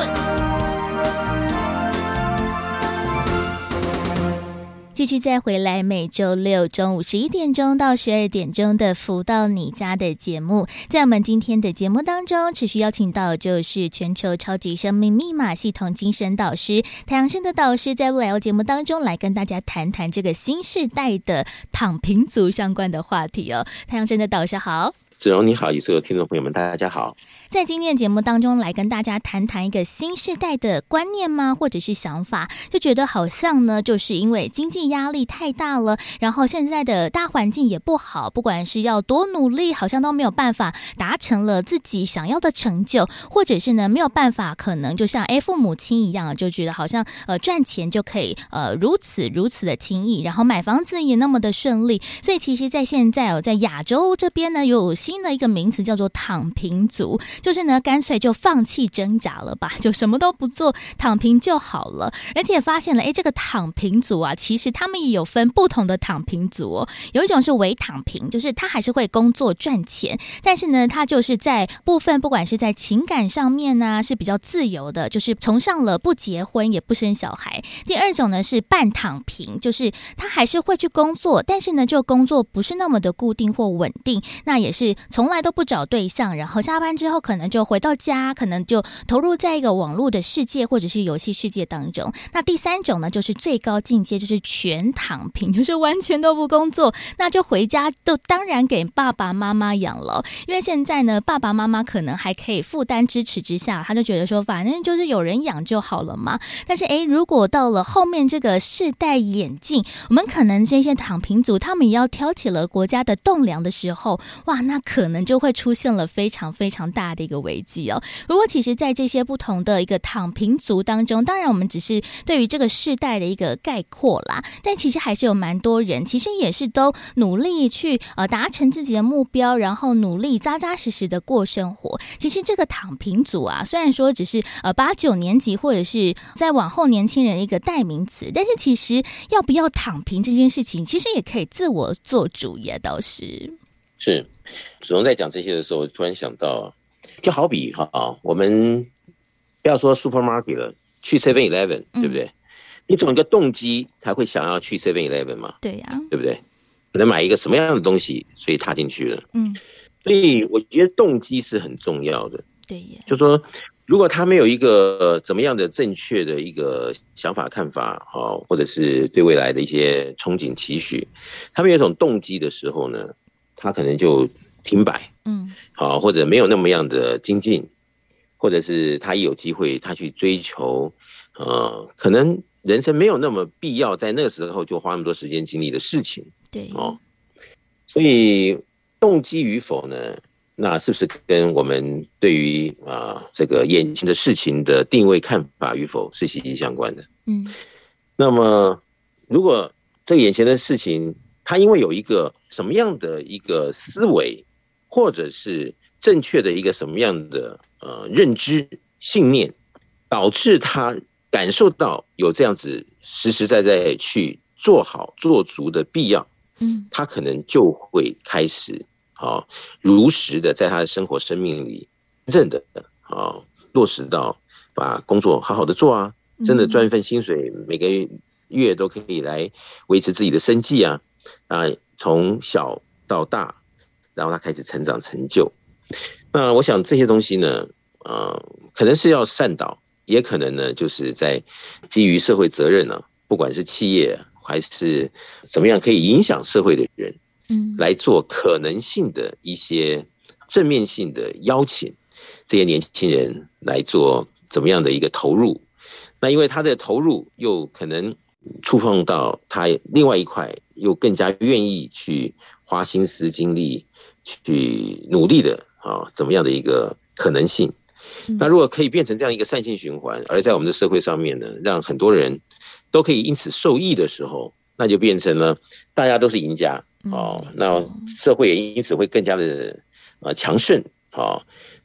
继续再回来，每周六中午11点钟到12点钟的福到你家的节目，在我们今天的节目当中，持续邀请到就是全球超级生命密码系统精神导师太阳升的导师，在来到节目当中来跟大家谈谈这个新世代的躺平族相关的话题哦。太阳升的导师好。 子荣你好，以及所有听众朋友们大家好。 在今天的节目当中来跟大家谈谈一个新世代的观念吗，或者是想法，就觉得好像呢就是因为经济压力太大了，然后现在的大环境也不好，不管是要多努力好像都没有办法达成了自己想要的成就，或者是呢没有办法可能就像父母亲一样，就觉得好像赚钱就可以如此的轻易，然后买房子也那么的顺利，所以其实在现在在亚洲这边呢有新的一个名词叫做躺平族，就是呢干脆就放弃挣扎了吧，就什么都不做，躺平就好了。而且发现了这个躺平族啊，其实他们也有分不同的躺平族哦。有一种是伪躺平，就是他还是会工作赚钱，但是呢他就是在部分不管是在情感上面啊是比较自由的，就是崇尚了不结婚也不生小孩。第二种呢是半躺平，就是他还是会去工作，但是呢就工作不是那么的固定或稳定，那也是从来都不找对象，然后下班之后可能就回到家，可能就投入在一个网络的世界或者是游戏世界当中。那第三种呢就是最高境界，就是全躺平，就是完全都不工作，那就回家都当然给爸爸妈妈养了。因为现在呢爸爸妈妈可能还可以负担支持之下，他就觉得说反正就是有人养就好了嘛。但是如果到了后面这个世代演进，我们可能这些躺平族他们也要挑起了国家的栋梁的时候，哇，那可能就会出现了非常非常大的一个危机哦。不过其实在这些不同的一个躺平族当中，当然我们只是对于这个世代的一个概括啦，但其实还是有蛮多人其实也是都努力去达成自己的目标，然后努力扎扎实实的过生活。其实这个躺平族啊，虽然说只是8、9年级或者是再往后年轻人的一个代名词，但是其实要不要躺平这件事情，其实也可以自我做主耶。倒是子荣在讲这些的时候，我突然想到，就好比我们不要说 supermarket 了，去 7-Eleven 对不对？你总有一个动机才会想要去 7-Eleven 嘛？ 对呀， 对不对？可能买一个什么样的东西，所以踏进去了。所以我觉得动机是很重要的。 对耶， 就说如果他没有一个怎么样的正确的一个想法看法或者是对未来的一些憧憬期许，他们有一种动机的时候呢，他可能就停摆，或者没有那么样的精进，或者是他一有机会他去追求可能人生没有那么必要在那个时候就花那么多时间精力的事情。 对所以动机与否呢，那是不是跟我们对于这个眼前的事情的定位看法与否是息息相关的？那么如果这个眼前的事情它因为有一个什么样的一个思维，或者是正确的一个什么样的认知信念，导致他感受到有这样子实实在在去做好做足的必要，他可能就会开始如实的在他的生活生命里真正的落实到把工作好好的做啊，真的赚一份薪水，每个月都可以来维持自己的生计啊，从小到大，然后他开始成长成就。那我想这些东西呢，可能是要善导，也可能呢就是在基于社会责任呢，不管是企业还是怎么样可以影响社会的人，来做可能性的一些正面性的邀请，这些年轻人来做怎么样的一个投入。那因为他的投入又可能触碰到他另外一块，又更加愿意去花心思精力去努力的怎么样的一个可能性。那如果可以变成这样一个善性循环，而在我们的社会上面呢，让很多人都可以因此受益的时候，那就变成了大家都是赢家那社会也因此会更加的强盛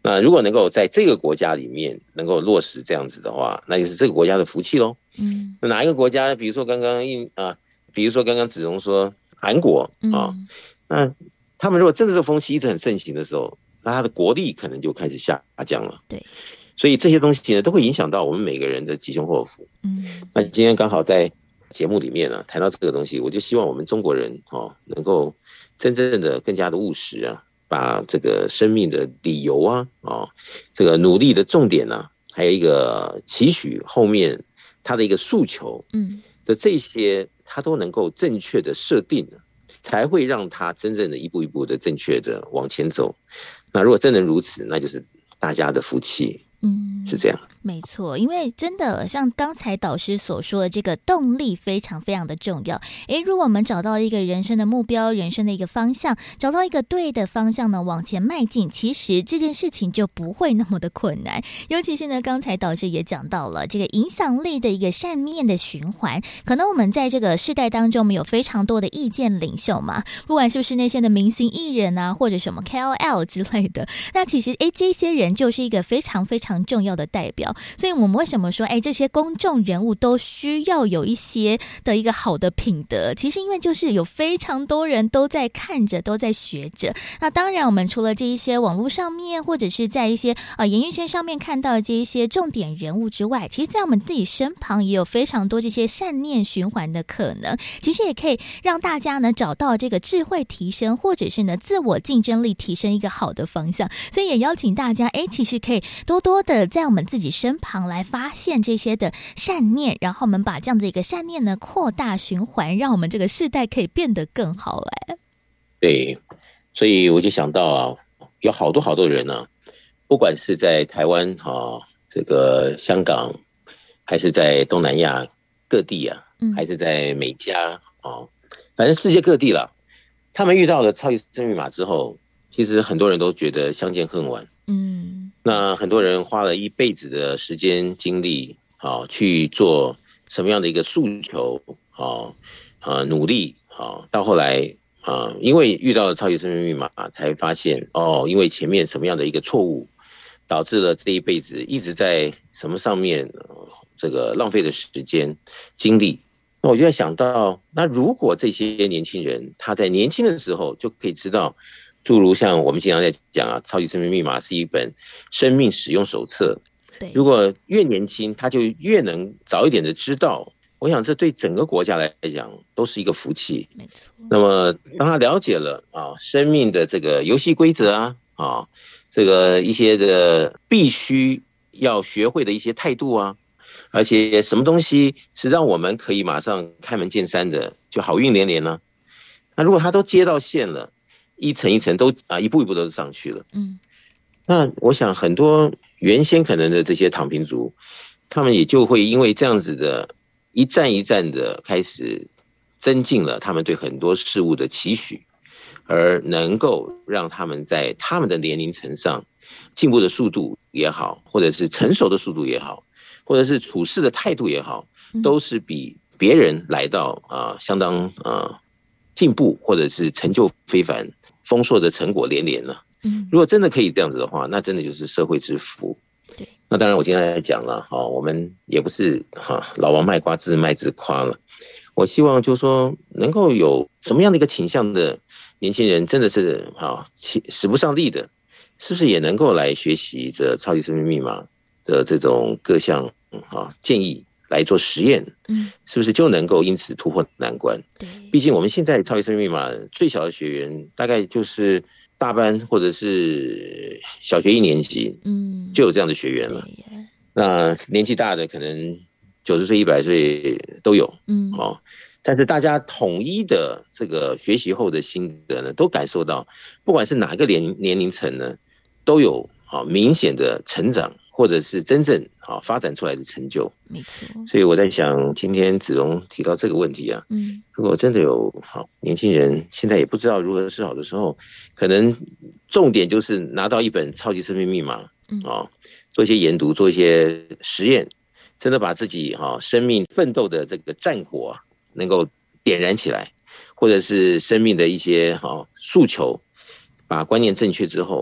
那如果能够在这个国家里面能够落实这样子的话，那就是这个国家的福气咯。那哪一个国家，比如说刚刚子荣说韩国啊，那他们如果真的这个风气一直很盛行的时候，那他的国力可能就开始下降了。 对， 所以这些东西呢，都会影响到我们每个人的吉凶祸福。那今天刚好在节目里面呢谈到这个东西，我就希望我们中国人能够真正的更加的务实啊，把这个生命的理由啊，这个努力的重点啊，还有一个期许后面他的一个诉求，的这些他都能够正确的设定，才会让他真正的一步一步的正确的往前走。那如果真能如此，那就是大家的福气。是这样。 没错，因为真的像刚才导师所说的，这个动力非常非常的重要。如果我们找到一个人生的目标，人生的一个方向，找到一个对的方向呢，往前迈进，其实这件事情就不会那么的困难。尤其是呢，刚才导师也讲到了这个影响力的一个善面的循环。可能我们在这个世代当中，我们有非常多的意见领袖嘛，不管是不是那些的明星艺人啊，或者什么 KOL 之类的，那其实这些人就是一个非常非常重要的代表。所以我们为什么说这些公众人物都需要有一些的一个好的品德，其实因为就是有非常多人都在看着，都在学着。那当然我们除了这一些网络上面或者是在一些演艺圈上面看到的这一些重点人物之外，其实在我们自己身旁也有非常多这些善念循环的可能，其实也可以让大家呢找到这个智慧提升，或者是呢自我竞争力提升一个好的方向。所以也邀请大家其实可以多多的在我们自己身旁来发现这些的善念，然后我们把这样子一个善念呢扩大循环，让我们这个世代可以变得更好。 对，所以我就想到有好多人呢，不管是在台湾这个香港，还是在东南亚各地还是在美加反正世界各地了，他们遇到了超级生密码之后，其实很多人都觉得相见恨晚。那很多人花了一辈子的时间精力去做什么样的一个诉求努力到后来因为遇到了超级生命密码，才发现因为前面什么样的一个错误，导致了这一辈子一直在什么上面这个浪费的时间精力。那我就在想到，那如果这些年轻人他在年轻的时候就可以知道，诸如像我们经常在讲超级生命密码是一本生命使用手册，对，如果越年轻他就越能早一点的知道，我想这对整个国家来讲都是一个福气。没错。那么当他了解了生命的这个游戏规则这个一些的必须要学会的一些态度而且什么东西是让我们可以马上开门见山的，就好运连连呢？那如果他都接到线了，一层一层都一步一步都上去了。那我想很多原先可能的这些躺平族，他们也就会因为这样子的一站一站的开始增进了他们对很多事物的期许，而能够让他们在他们的年龄层上进步的速度也好，或者是成熟的速度也好，或者是处事的态度也好，都是比别人来到相当进步，或者是成就非凡，丰硕的成果连连了。如果真的可以这样子的话，那真的就是社会之福。对，那当然我今天来讲了我们也不是老王卖瓜自卖自夸了。我希望就是说能够有什么样的一个倾向的年轻人，真的是使不上力的，是不是也能够来学习这超级生命密码的这种各项建议来做实验，是不是就能够因此突破难关？对，毕竟我们现在超级生命密码最小的学员大概就是大班或者是小学1年级，就有这样的学员了。那年纪大的可能90岁、100岁都有，但是大家统一的这个学习后的心得呢，都感受到，不管是哪个年龄层呢，都有明显的成长，或者是真正发展出来的成就。没错。所以我在想，今天子荣提到这个问题如果真的有年轻人现在也不知道如何是好的时候，可能重点就是拿到一本超级生命密码做一些研读，做一些实验，真的把自己生命奋斗的这个战火能够点燃起来，或者是生命的一些诉求，把观念正确之后，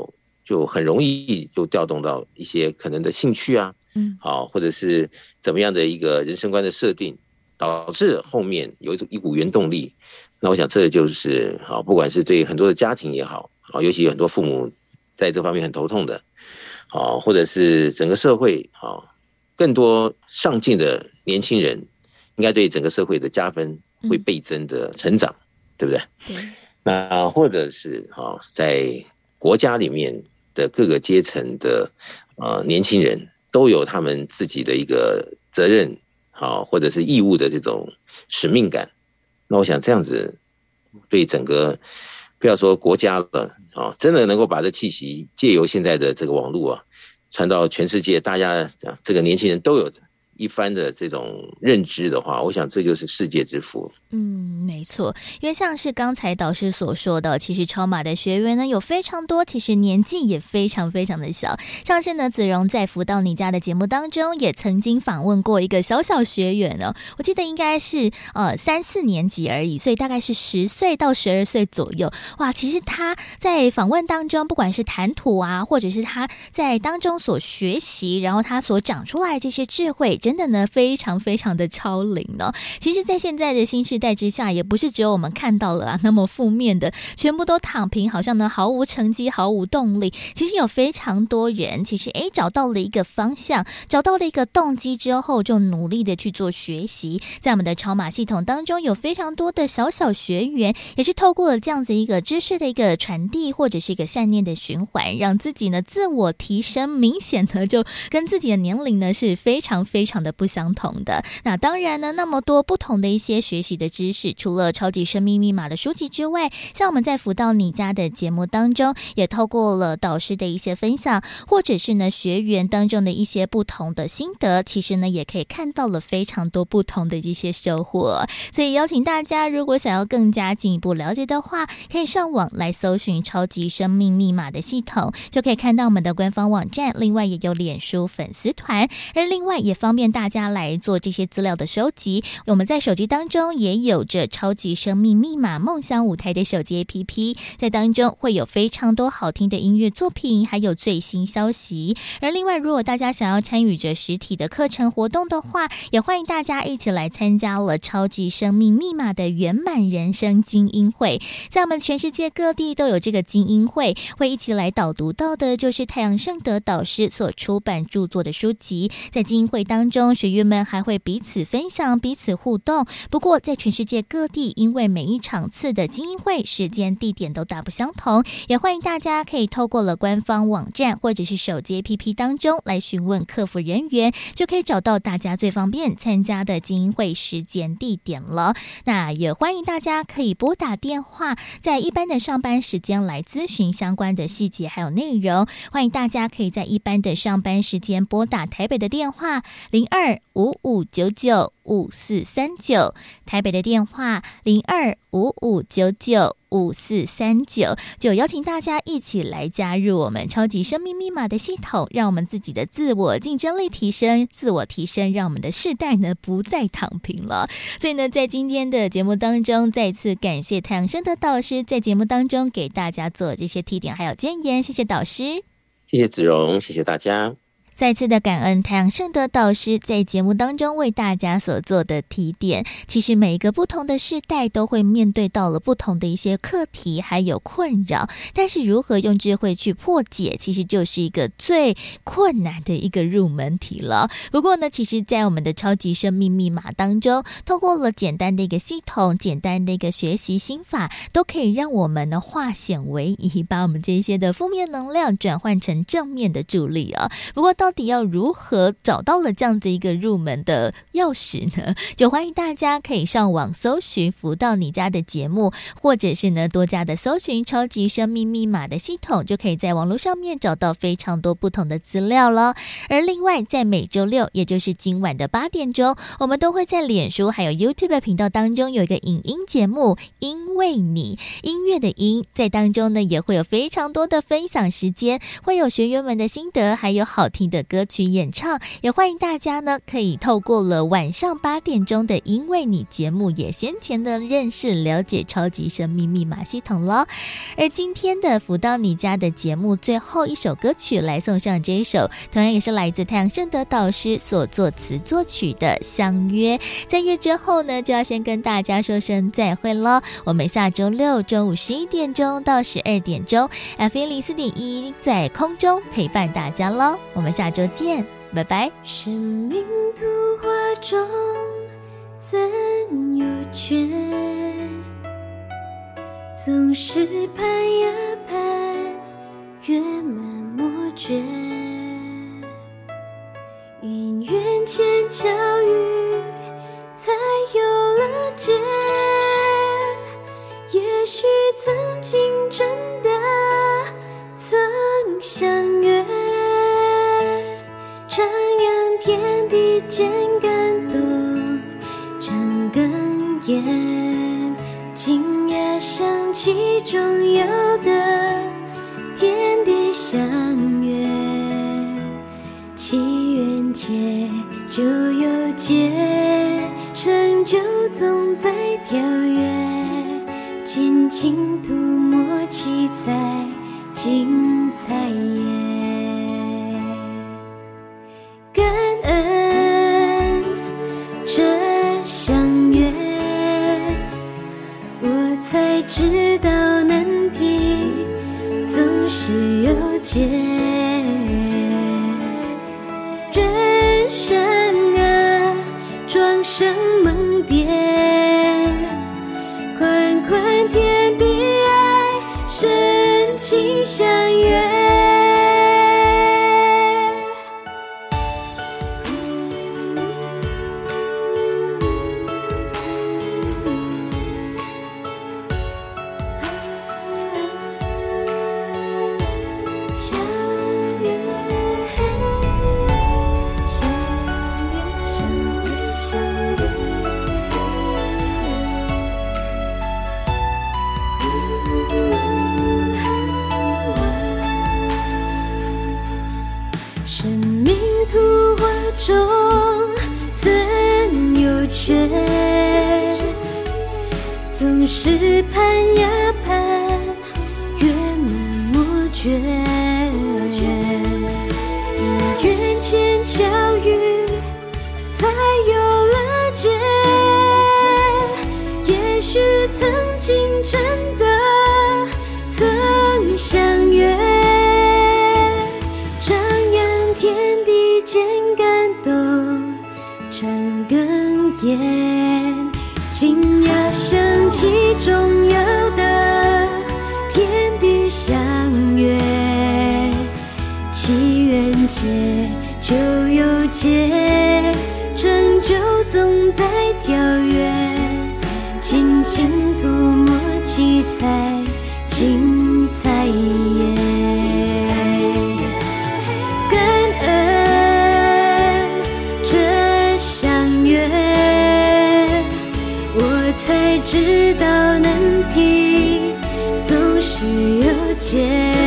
就很容易就调动到一些可能的兴趣啊，或者是怎么样的一个人生观的设定，导致后面有一股原动力。那我想这就是不管是对很多的家庭也好，尤其很多父母在这方面很头痛的，或者是整个社会更多上进的年轻人，应该对整个社会的加分会倍增的成长，对不对？ 对。 那或者是在国家里面的各个阶层的年轻人都有他们自己的一个责任或者是义务的这种使命感。那我想这样子对整个不要说国家了真的能够把这气息借由现在的这个网络传到全世界，大家这个年轻人都有一番的这种认知的话，我想这就是世界之福。 没错，因为像是刚才导师所说的，其实超马的学员呢有非常多，其实年纪也非常非常的小，像是呢子荣在福到你家的节目当中也曾经访问过一个小学员哦，我记得应该是3-4年级而已，所以大概是10岁到12岁左右。哇，其实他在访问当中，不管是谈吐啊，或者是他在当中所学习，然后他所长出来这些智慧，真的呢非常非常的超龄哦。其实在现在的新世代之下，也不是只有我们看到了那么负面的，全部都躺平，好像呢毫无成绩，毫无动力。其实有非常多人其实找到了一个方向，找到了一个动机之后，就努力的去做学习。在我们的超马系统当中，有非常多的小学员，也是透过了这样子一个知识的一个传递，或者是一个善念的循环，让自己呢自我提升，明显呢就跟自己的年龄呢是非常非常的不相同的。那当然呢，那么多不同的一些学习的知识，除了超级生命密码的书籍之外，像我们在福到你家的节目当中，也透过了导师的一些分享，或者是呢学员当中的一些不同的心得，其实呢也可以看到了非常多不同的一些收获。所以邀请大家，如果想要更加进一步了解的话，可以上网来搜寻超级生命密码的系统，就可以看到我们的官方网站，另外也有脸书粉丝团，而另外也方便大家来做这些资料的收集。我们在手机当中也有着超级生命密码梦想舞台的手机 APP， 在当中会有非常多好听的音乐作品，还有最新消息。而另外，如果大家想要参与着实体的课程活动的话，也欢迎大家一起来参加了超级生命密码的圆满人生精英会。在我们全世界各地都有这个精英会，会一起来导读到的就是太阳圣德导师所出版著作的书籍。在精英会当中，学员们还会彼此分享，彼此互动。不过在全世界各地，因为每一场次的精英会时间地点都大不相同，也欢迎大家可以透过了官方网站或者是手机 APP 当中来询问客服人员，就可以找到大家最方便参加的精英会时间地点了。那也欢迎大家可以拨打电话，在一般的上班时间来咨询相关的细节还有内容。欢迎大家可以在一般的上班时间拨打台北的电话0255995439，台北的电话0255995439，就邀请大家一起来加入我们超级生命密码的系统，让我们自己的自我竞争力提升，自我提升，让我们的世代呢不再躺平了。所以呢，在今天的节目当中，再次感谢太阳圣德导师在节目当中给大家做这些提点还有建言，谢谢导师。 谢谢子荣，谢谢大家。 再次的感恩太阳圣德导师在节目当中为大家所做的提点。其实每一个不同的世代都会面对到了不同的一些课题还有困扰，但是如何用智慧去破解，其实就是一个最困难的一个入门题了。不过呢，其实在我们的超级生命密码当中，透过了简单的一个系统，简单的一个学习心法，都可以让我们呢化险为夷，把我们这些的负面能量转换成正面的助力啊。不过到底要如何找到了这样子一个入门的钥匙呢？就欢迎大家可以上网搜寻福到你家的节目，或者是呢多加的搜寻超级生命密码的系统，就可以在网络上面找到非常多不同的资料了。而另外在每周六，也就是今晚的8点钟，我们都会在脸书还有 YouTube 频道当中有一个影音节目，因为你，音乐的音，在当中呢也会有非常多的分享时间，会有学员们的心得，还有好听的的歌曲演唱，也欢迎大家呢可以透过了晚上8点钟的因为你节目也先前的认识了解超级生命密码系统了。而今天的福到你家的节目最后一首歌曲来送上这一首，同样也是来自太阳圣德导师所作词作曲的相约。在约之后呢，就要先跟大家说声再会了，我们下周六中午11点钟到12点钟 FM04.1 在空中陪伴大家咯，我们下周见，拜拜。 生命图画中怎有缺，总是盼呀盼，月满莫绝，因缘千巧遇才有了结，也许曾经真的曾相约，张扬天地间感动常哽咽，今夜想起重要的天地相约，祈愿结就有结，成就总在跳跃，尽情涂抹七彩精彩耶，感恩这相约，我才知道难题总是有解，人生啊庄生梦蝶，宽宽天地爱深情相约，生命图画中怎有缺，总是盼呀盼，月满莫绝，因缘千巧遇才有了结，也许曾经真的曾相约，张扬天地间感动常哽咽，今要想起重要的天地相约，祈愿结就有结，成就总在跳跃，尽情涂抹七彩精彩耶，感恩这相约，我才知道难题总是有解，